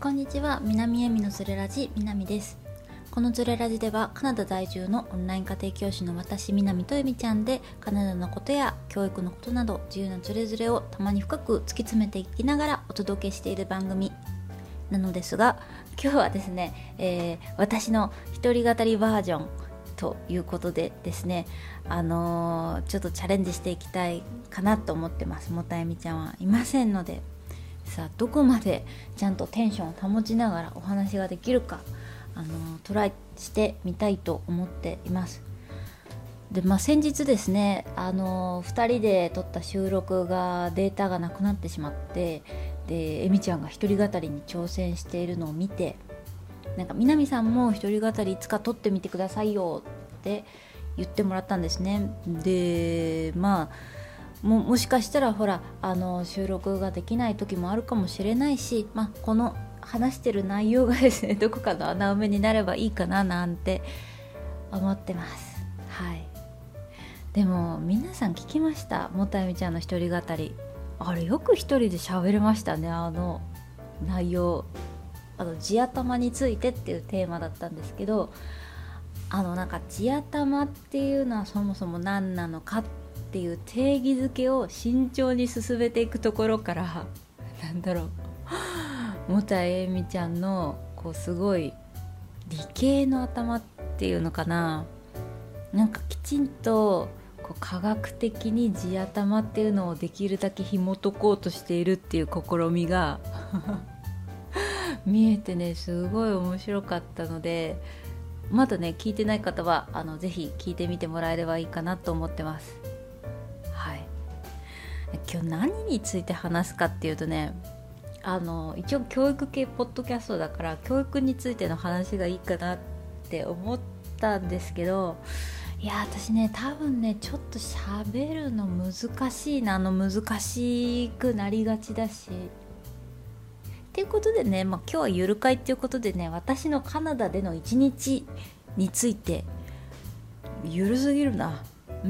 こんにちは。南恵美のズレラジ、南です。このズレラジではカナダ在住のオンライン家庭教師の私南と恵美ちゃんで、カナダのことや教育のことなど自由なズレズレをたまに深く突き詰めていきながらお届けしている番組なのですが、今日はですね、私の一人語りバージョンということでですね、ちょっとチャレンジしていきたいかなと思ってます。もたえみちゃんはいませんので、さあどこまでちゃんとテンションを保ちながらお話ができるかトライしてみたいと思っています。で、先日ですね、2人で撮った収録がデータがなくなってしまって、でえみちゃんが一人語りに挑戦しているのを見て、なんか南さんも一人語りいつか撮ってみてくださいよって言ってもらったんですね。でもしかしたら収録ができない時もあるかもしれないし、この話してる内容がですねどこかの穴埋めになればいいかななんて思ってます。はい。でも皆さん聞きました？もたえみちゃんの一人語り、あれよく一人で喋れましたね。内容、地頭についてっていうテーマだったんですけど、なんか地頭っていうのはそもそも何なのかっていう定義づけを慎重に進めていくところから、もたえみちゃんのすごい理系の頭っていうのかな、なんかきちんと科学的に地頭っていうのをできるだけ紐解こうとしているっていう試みが見えてね、すごい面白かったので、まだね聞いてない方はぜひ聞いてみてもらえればいいかなと思ってます。はい。今日何について話すかっていうとね、一応教育系ポッドキャストだから教育についての話がいいかなって思ったんですけど、いや私ね多分ねちょっと喋るの難しいな、難しくなりがちだしっていうことでね、今日はゆる会っていうことでね、私のカナダでの一日について、ゆるすぎるな、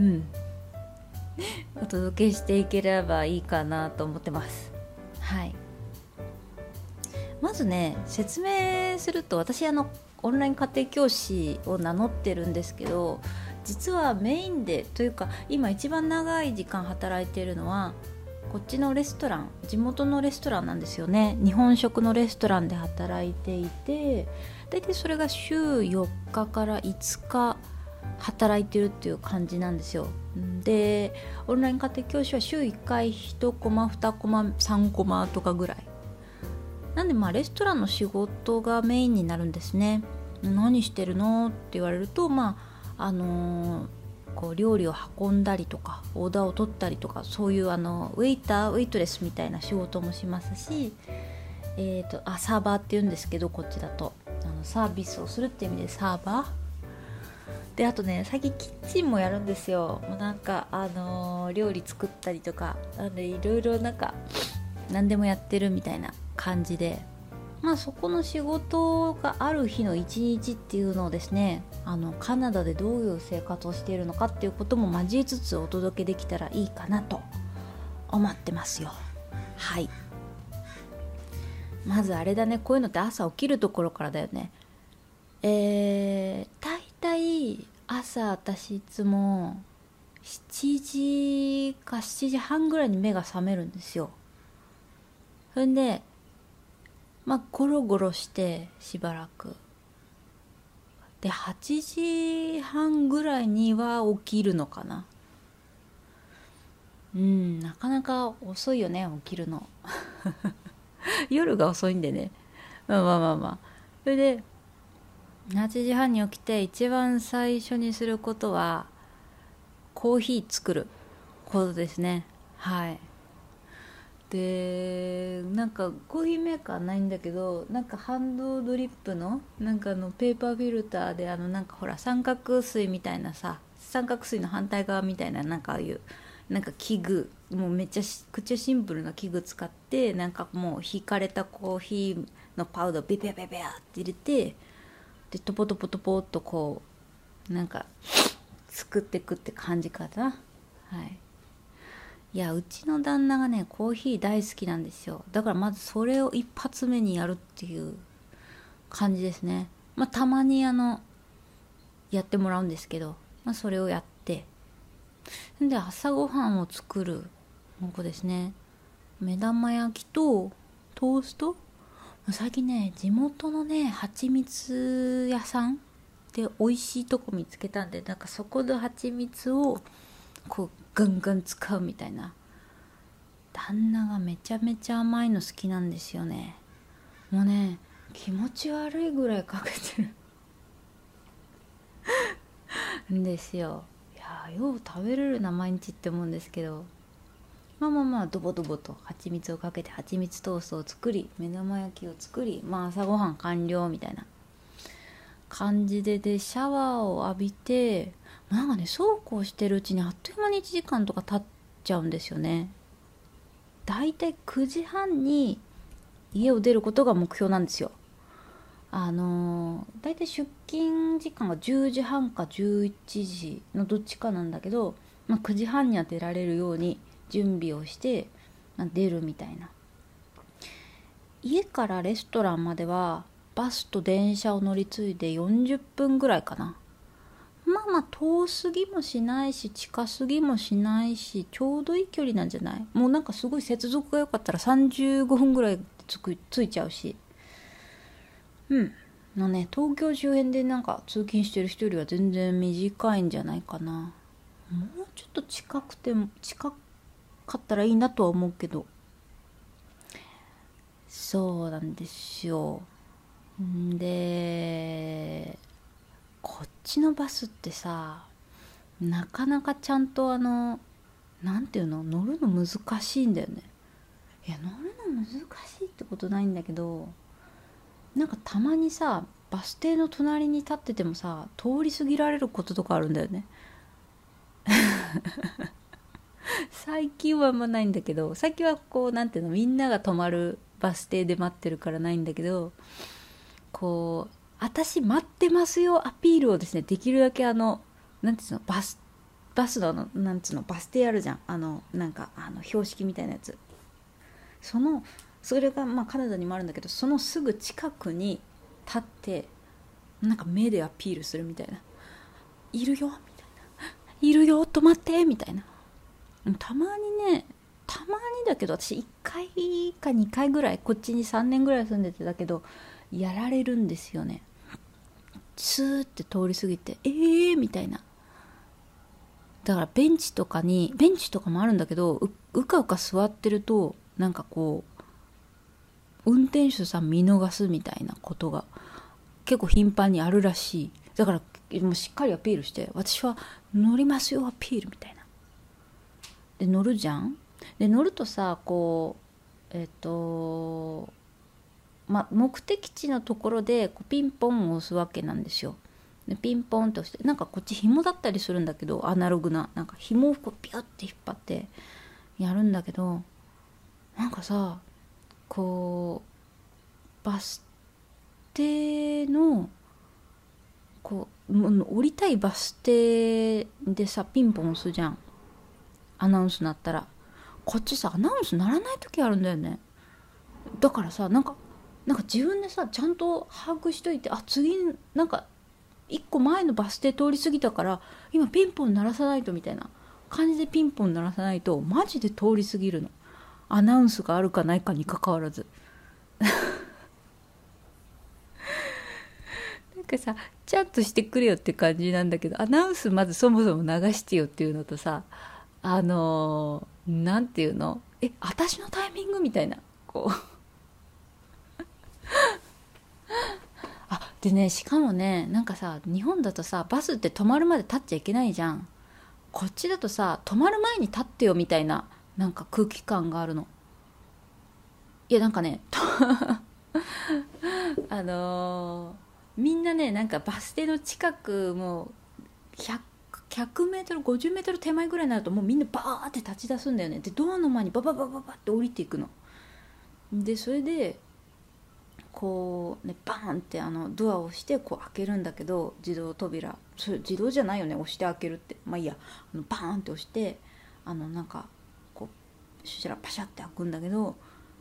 お届けしていければいいかなと思ってます。はい。まずね説明すると、私オンライン家庭教師を名乗ってるんですけど、実はメインでというか今一番長い時間働いているのはこっちのレストラン、地元のレストランなんですよね。日本食のレストランで働いていて、大体それが週4日から5日働いてるっていう感じなんですよ。でオンライン家庭教師は週1回1コマ2コマ3コマとかぐらいなんで、レストランの仕事がメインになるんですね。何してるのって言われると、料理を運んだりとかオーダーを取ったりとか、そういうウェイターウェイトレスみたいな仕事もしますし、サーバーって言うんですけど、こっちだとサービスをするっていう意味でサーバーで、あとね最近キッチンもやるんですよ。料理作ったりとか、いろいろ何でもやってるみたいな感じで、そこの仕事がある日の一日っていうのをですね、カナダでどういう生活をしているのかっていうことも交えつつお届けできたらいいかなと思ってますよ。はい。まずあれだね、こういうのって朝起きるところからだよね。だいたい朝私いつも7時か7時半ぐらいに目が覚めるんですよ。それでゴロゴロしてしばらくで8時半ぐらいには起きるのかな。なかなか遅いよね、起きるの夜が遅いんでね。それで8時半に起きて一番最初にすることはコーヒー作ることですね。はい。でコーヒーメーカーないんだけど、ハンドドリップのペーパーフィルターで三角錐みたいなさ、三角錐の反対側みたいなああいう器具、もうめっちゃ口シンプルな器具使って、もうひかれたコーヒーのパウダーをビビビビって入れて、でトポトポトポっと作っていくって感じかな。はい。 いや、うちの旦那がねコーヒー大好きなんですよ。だからまずそれを一発目にやるっていう感じですね。まあたまにやってもらうんですけど、まあそれをやって、で朝ごはんを作るここですね。目玉焼きとトースト。最近ね地元のね蜂蜜屋さんで美味しいとこ見つけたんで、なんかそこの蜂蜜をこうガンガン使うみたいな。旦那がめちゃめちゃ甘いの好きなんですよね。もうね気持ち悪いぐらいかけてるんですよ。いやよう食べれるな毎日って思うんですけど、まあドボドボと蜂蜜をかけて蜂蜜トーストを作り、目玉焼きを作り、まあ朝ごはん完了みたいな感じでシャワーを浴びて、なんかねそうこうしてるうちにあっという間に1時間とか経っちゃうんですよね。だいたい9時半に家を出ることが目標なんですよ。だいたい出勤時間が10時半か11時のどっちかなんだけど、まあ、9時半には出られるように準備をして、まあ、出るみたいな。家からレストランまではバスと電車を乗り継いで40分ぐらいかな。まあ遠すぎもしないし近すぎもしないし、ちょうどいい距離なんじゃない？もうなんかすごい接続が良かったら35分ぐらいで着いちゃうし、東京周辺でなんか通勤してる人よりは全然短いんじゃないかな。もうちょっと近かったらいいなとは思うけど、そうなんですよ。でこっちのバスってさ、なかなかちゃんとなんていうの、乗るの難しいんだよね。いや乗るの難しいってことないんだけど、なんかたまにさバス停の隣に立っててもさ通り過ぎられることとかあるんだよね。最近はあんまないんだけど、最近はこうなんていうの、みんなが止まるバス停で待ってるからないんだけど、こう私待ってますよアピールをですね、できるだけなんていうの、バスのなんつうの、バス停あるじゃん、なんか標識みたいなやつ、それがまあカナダにもあるんだけど、そのすぐ近くに立ってなんか目でアピールするみたいな、いるよみたいな、いるよ止まってみたいな。たまにね、たまにだけど、私1回か2回ぐらい、こっちに3年ぐらい住んでてだけどやられるんですよね。スーって通り過ぎてみたいな。だからベンチとかもあるんだけど、うかうか座ってるとなんかこう運転手さん見逃すみたいなことが結構頻繁にあるらしい。だからもうしっかりアピールして、私は乗りますよアピールみたいな。で乗るじゃん。で乗るとさ、こう目的地のところでこうピンポンを押すわけなんですよ。でピンポンとして、なんかこっち紐だったりするんだけど、アナログななんか紐をこうピュッて引っ張ってやるんだけど、なんかさ、こうバス停のこう降りたいバス停でさピンポン押すじゃん、アナウンス鳴ったら。こっちさアナウンス鳴らない時あるんだよね。だからさ、なんか自分でさちゃんと把握しといて、次なんか一個前のバス停通り過ぎたから今ピンポン鳴らさないとみたいな感じでピンポン鳴らさないとマジで通り過ぎるの。アナウンスがあるかないかにかかわらず。なんかさちゃんとしてくれよって感じなんだけど、アナウンスまずそもそも流してよっていうのとさ、なんていうの、私のタイミングみたいな、こうでね、しかもね、なんかさ日本だとさバスって止まるまで立っちゃいけないじゃん。こっちだとさ止まる前に立ってよみたいな、なんか空気感があるの。いやなんかねみんなね、なんかバス停の近くもう100メートル50メートル手前ぐらいになるともうみんなバーって立ち出すんだよね。でドアの前にバババババって降りていくの。でそれでこうねバーンってドアを押してこう開けるんだけど、自動扉、自動じゃないよね、押して開けるって、まあいいや、バーンって押してなんかこうそしたらパシャって開くんだけど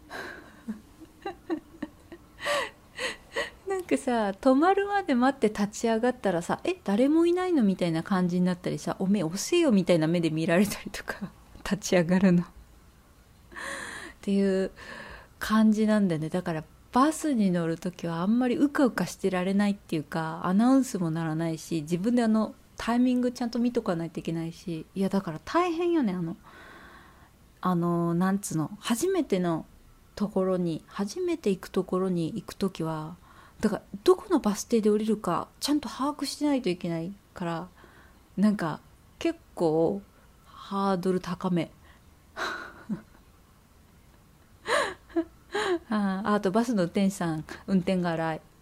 なんかさ、止まるまで待って立ち上がったらさ、誰もいないのみたいな感じになったりさ、おめえ押せよみたいな目で見られたりとか立ち上がるのっていう感じなんだよね。だからバスに乗るときはあんまりうかうかしてられないっていうか、アナウンスもならないし、自分でタイミングちゃんと見とかないといけないし、いやだから大変よね。なんつうの、初めて行くところに行くときは、だからどこのバス停で降りるかちゃんと把握してないといけないから、なんか結構ハードル高めあとバスの運転手さん運転が荒い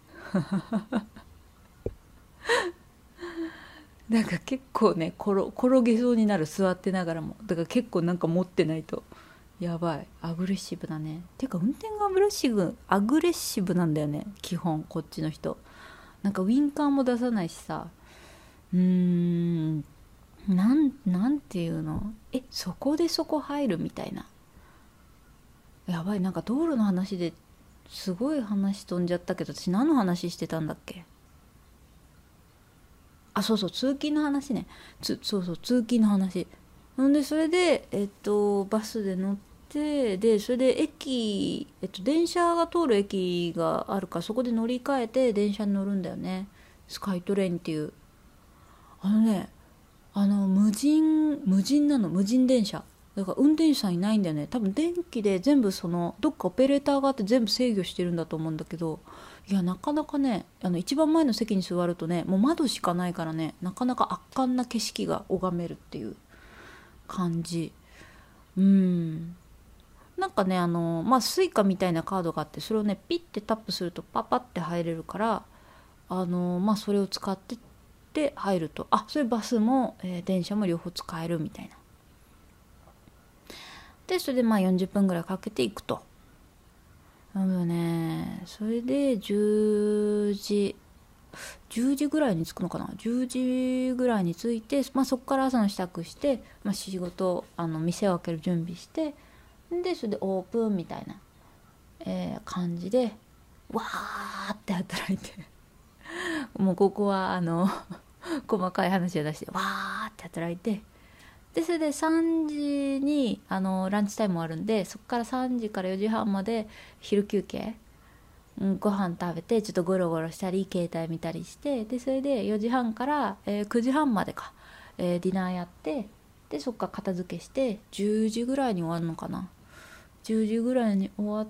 なんか結構ね転げそうになる、座ってながらも。だから結構なんか持ってないとやばい。アグレッシブだね。てか運転がアグレッシブなんだよね、基本こっちの人。なんかウインカーも出さないしさ、なんていうの、そこでそこ入るみたいな。やばい。なんか道路の話ですごい話飛んじゃったけど、私何の話してたんだっけ。そうそう、通勤の話ね。そうそう、通勤の話。んでそれでバスで乗って、でそれで電車が通る駅があるから、そこで乗り換えて電車に乗るんだよね。スカイトレインっていう、無人なの、無人電車だから運転手さんいないんだよね。多分電気で全部どっかオペレーターがあって全部制御してるんだと思うんだけど、いやなかなかね、一番前の席に座るとね、もう窓しかないからね、なかなか圧巻な景色が拝めるっていう感じ。なんかね、スイカみたいなカードがあって、それをねピッてタップするとパパって入れるから、それを使って入ると、それバスも、電車も両方使えるみたいな。でそれで40分ぐらいかけていくと。それで10時ぐらいに着くのかな。10時ぐらいに着いて、そこから朝の支度して、仕事店を開ける準備して、でそれでオープンみたいな、感じでわーって働いてもうここは細かい話を出してわーって働いて、でそれで3時にランチタイムもあるんで、そこから3時から4時半まで昼休憩、ご飯食べてちょっとゴロゴロしたり携帯見たりして、でそれで4時半から、9時半までか、ディナーやって、でそっから片付けして10時ぐらいに終わるのかな。10時ぐらいに終わって、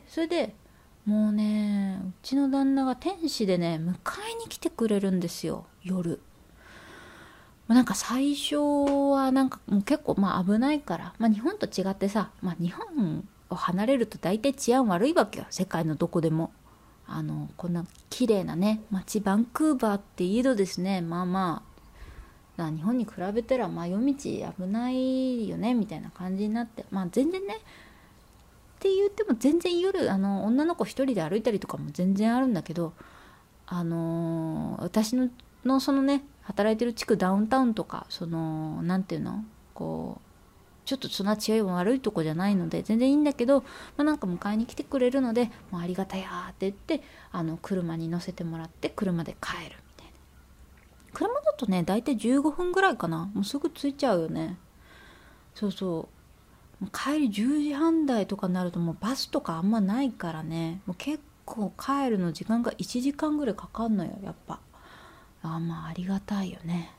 それでもうね、うちの旦那が天使でね迎えに来てくれるんですよ、夜。なんか最初はなんかもう結構危ないから、日本と違ってさ、日本を離れると大体治安悪いわけよ、世界のどこでも。こんな綺麗なね街バンクーバーっていえどですね、日本に比べたら夜道危ないよねみたいな感じになって、全然ねって言っても全然夜女の子一人で歩いたりとかも全然あるんだけど、私のそのね働いてる地区ダウンタウンとか、なんていうの、こうちょっとそんな治安悪いとこじゃないので全然いいんだけど、なんか迎えに来てくれるのでもうありがたやって言って車に乗せてもらって車で帰るみたいな。車だとねだいたい15分ぐらいかな、もうすぐ着いちゃうよね。そうそう、帰り10時半台とかになるともうバスとかあんまないからね、もう結構帰るの時間が1時間ぐらいかかんのよ、やっぱ。ありがたいよね。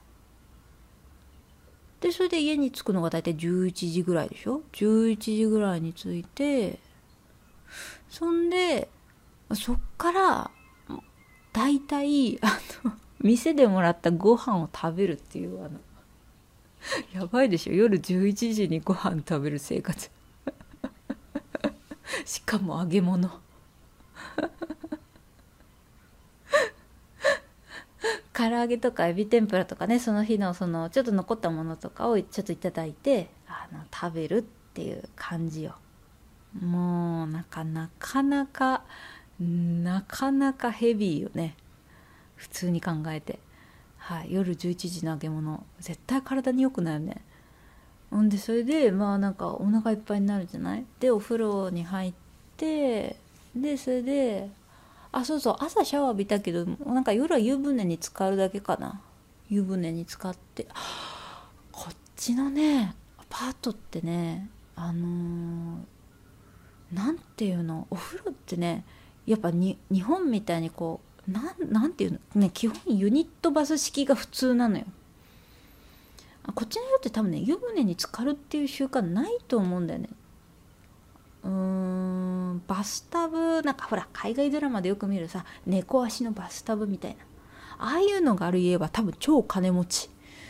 でそれで家に着くのが大体11時ぐらいでしょ。11時ぐらいに着いて、そんでそっから大体店でもらったご飯を食べるっていう、やばいでしょ、夜11時にご飯食べる生活しかも揚げ物唐揚げとかエビ天ぷらとかね、その日のちょっと残ったものとかをちょっといただいて食べるっていう感じよ。もうなかなかヘビーよね、普通に考えて。夜11時の揚げ物絶対体に良くないよね。 んでそれでなんかお腹いっぱいになるじゃない。でお風呂に入って、でそれでそうそう、朝シャワー浴びたけどなんか夜は湯船に浸かるだけかな。湯船に浸かって、こっちのねアパートってね、なんていうの、お風呂ってねやっぱ日本みたいにこうなんていうのね、基本ユニットバス式が普通なのよ。こっちの人って多分ね湯船に浸かるっていう習慣ないと思うんだよね。バスタブ、なんかほら海外ドラマでよく見るさ、猫足のバスタブみたいな、ああいうのがある家は多分超金持ち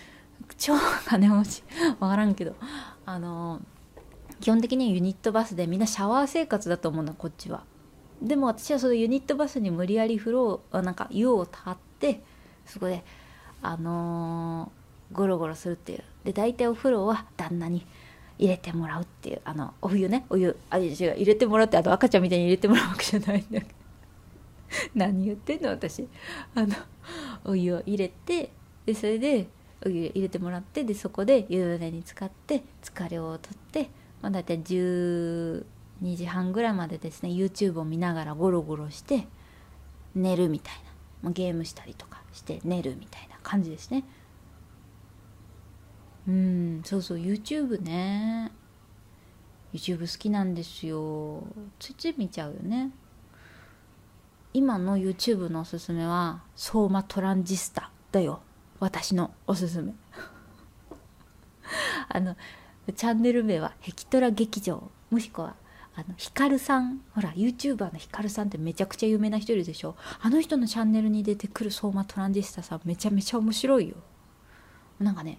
わからんけど、基本的にユニットバスでみんなシャワー生活だと思うのこっちは。でも私はそのユニットバスに無理やりなんか湯を張って、そこでゴロゴロするっていう。で大体お風呂は旦那に入れてもらうっていう、お湯ね、違う、入れてもらうって、赤ちゃんみたいに入れてもらうわけじゃないんだけど何言ってんの私。お湯を入れて、でそれでお湯入れてもらって、でそこで湯船に浸かって疲れを取って、だいたい12時半ぐらいまでですね YouTube を見ながらゴロゴロして寝るみたいな、ゲームしたりとかして寝るみたいな感じですね。そうそう、 YouTube ね、 YouTube 好きなんですよ。ついつい見ちゃうよね。今の YouTube のおすすめは相馬トランジスタだよ、私のおすすめチャンネル名はヘキトラ劇場、もしくはヒカルさん、ほら YouTuber のヒカルさんってめちゃくちゃ有名な人いるでしょ。あの人のチャンネルに出てくる相馬トランジスタさんめちゃめちゃ面白いよ。なんかね、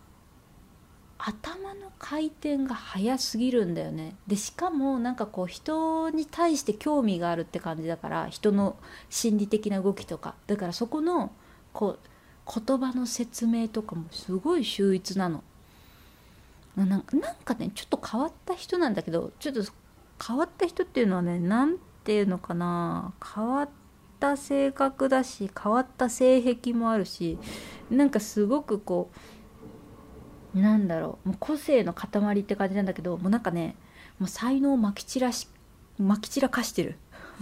頭の回転が速すぎるんだよね。でしかもなんかこう人に対して興味があるって感じだから、人の心理的な動きとかだから、そこのこう言葉の説明とかもすごい秀逸なの。なんかねちょっと変わった人なんだけど、ちょっと変わった人っていうのはね、なんていうのかな、変わった性格だし変わった性癖もあるし、なんかすごくこうなんだろう、もう個性の塊って感じなんだけど、もうなんかね、もう才能をまき散らかしてる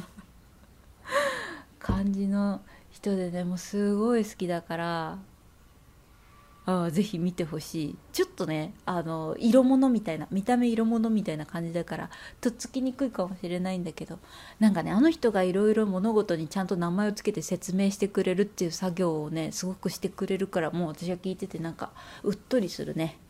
感じの人でね、もうすごい好きだから、ぜひ見てほしい。ちょっとね色物みたいな、見た目色物みたいな感じだからとっつきにくいかもしれないんだけど、なんかねあの人がいろいろ物事にちゃんと名前をつけて説明してくれるっていう作業をねすごくしてくれるから、もう私は聞いててなんかうっとりするね。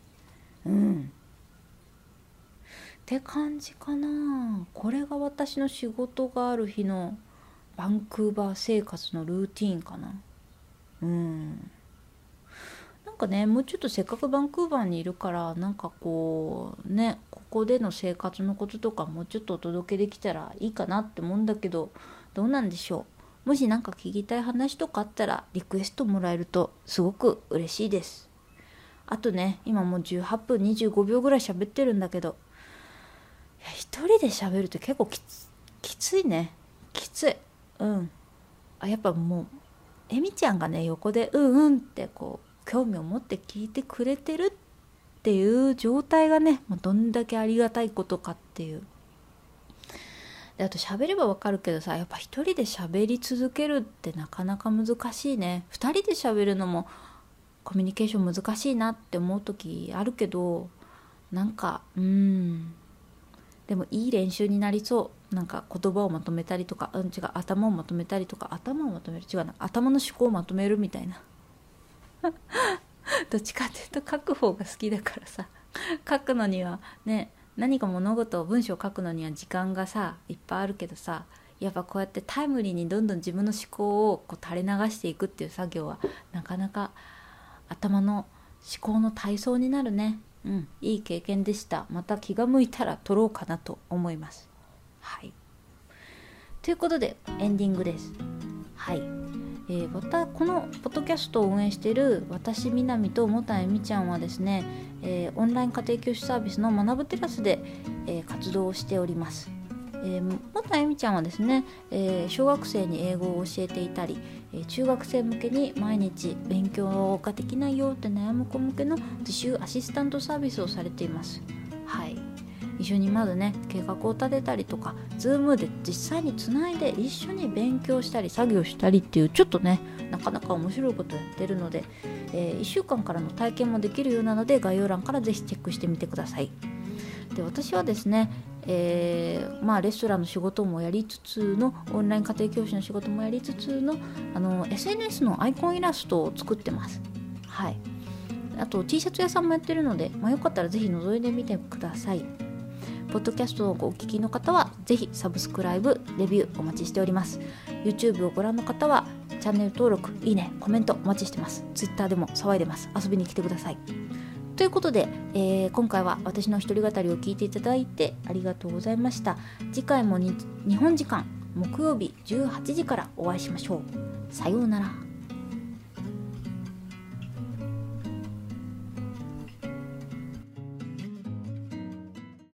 って感じかな。これが私の仕事がある日のバンクーバー生活のルーティーンかな。なんかね、もうちょっとせっかくバンクーバーにいるから、なんかこうね、ここでの生活のこととかもうちょっとお届けできたらいいかなって思うんだけど、どうなんでしょう。もしなんか聞きたい話とかあったらリクエストもらえるとすごく嬉しいです。あとね、今もう18分25秒ぐらい喋ってるんだけど、一人で喋ると結構きついね。きつい。やっぱもうエミちゃんがね横でってこう興味を持って聞いてくれてるっていう状態がね、もうどんだけありがたいことかっていう。であと喋ればわかるけどさ、やっぱ一人で喋り続けるってなかなか難しいね。二人で喋るのもコミュニケーション難しいなって思う時あるけど、なんかでもいい練習になりそう。なんか言葉をまとめたりとか、頭をまとめたりとか、頭の思考をまとめるみたいなどっちかっていうと書く方が好きだからさ、書くのにはね、何か物事を文章を書くのには時間がさいっぱいあるけどさ、やっぱこうやってタイムリーにどんどん自分の思考をこう垂れ流していくっていう作業はなかなか頭の思考の体操になるね。いい経験でした。また気が向いたら撮ろうかなと思います。ということでエンディングです。またこのポッドキャストを運営している私みなみともたえみちゃんはですね、オンライン家庭教師サービスの学ぶテラスで、活動をしております。もたなえみちゃんはですね、小学生に英語を教えていたり、中学生向けに毎日勉強ができないよって悩む子向けの自習アシスタントサービスをされています。はい、一緒にまずね計画を立てたりとか、Zoom で実際につないで一緒に勉強したり作業したりっていう、ちょっとねなかなか面白いことをやってるので、1週間からの体験もできるようなので、概要欄からぜひチェックしてみてください。で、私はですね、レストランの仕事もやりつつの、オンライン家庭教師の仕事もやりつつの、SNS のアイコンイラストを作ってます。はい、あと T シャツ屋さんもやってるので、よかったらぜひ覗いてみてください。ポッドキャストをお聞きの方はぜひサブスクライブ、レビューお待ちしております。 YouTube をご覧の方はチャンネル登録、いいね、コメントお待ちしてます。 Twitter でも騒いでます。遊びに来てください。ということで、今回は私の一人語りを聞いていただいてありがとうございました。次回も日本時間木曜日18時からお会いしましょう。さようなら。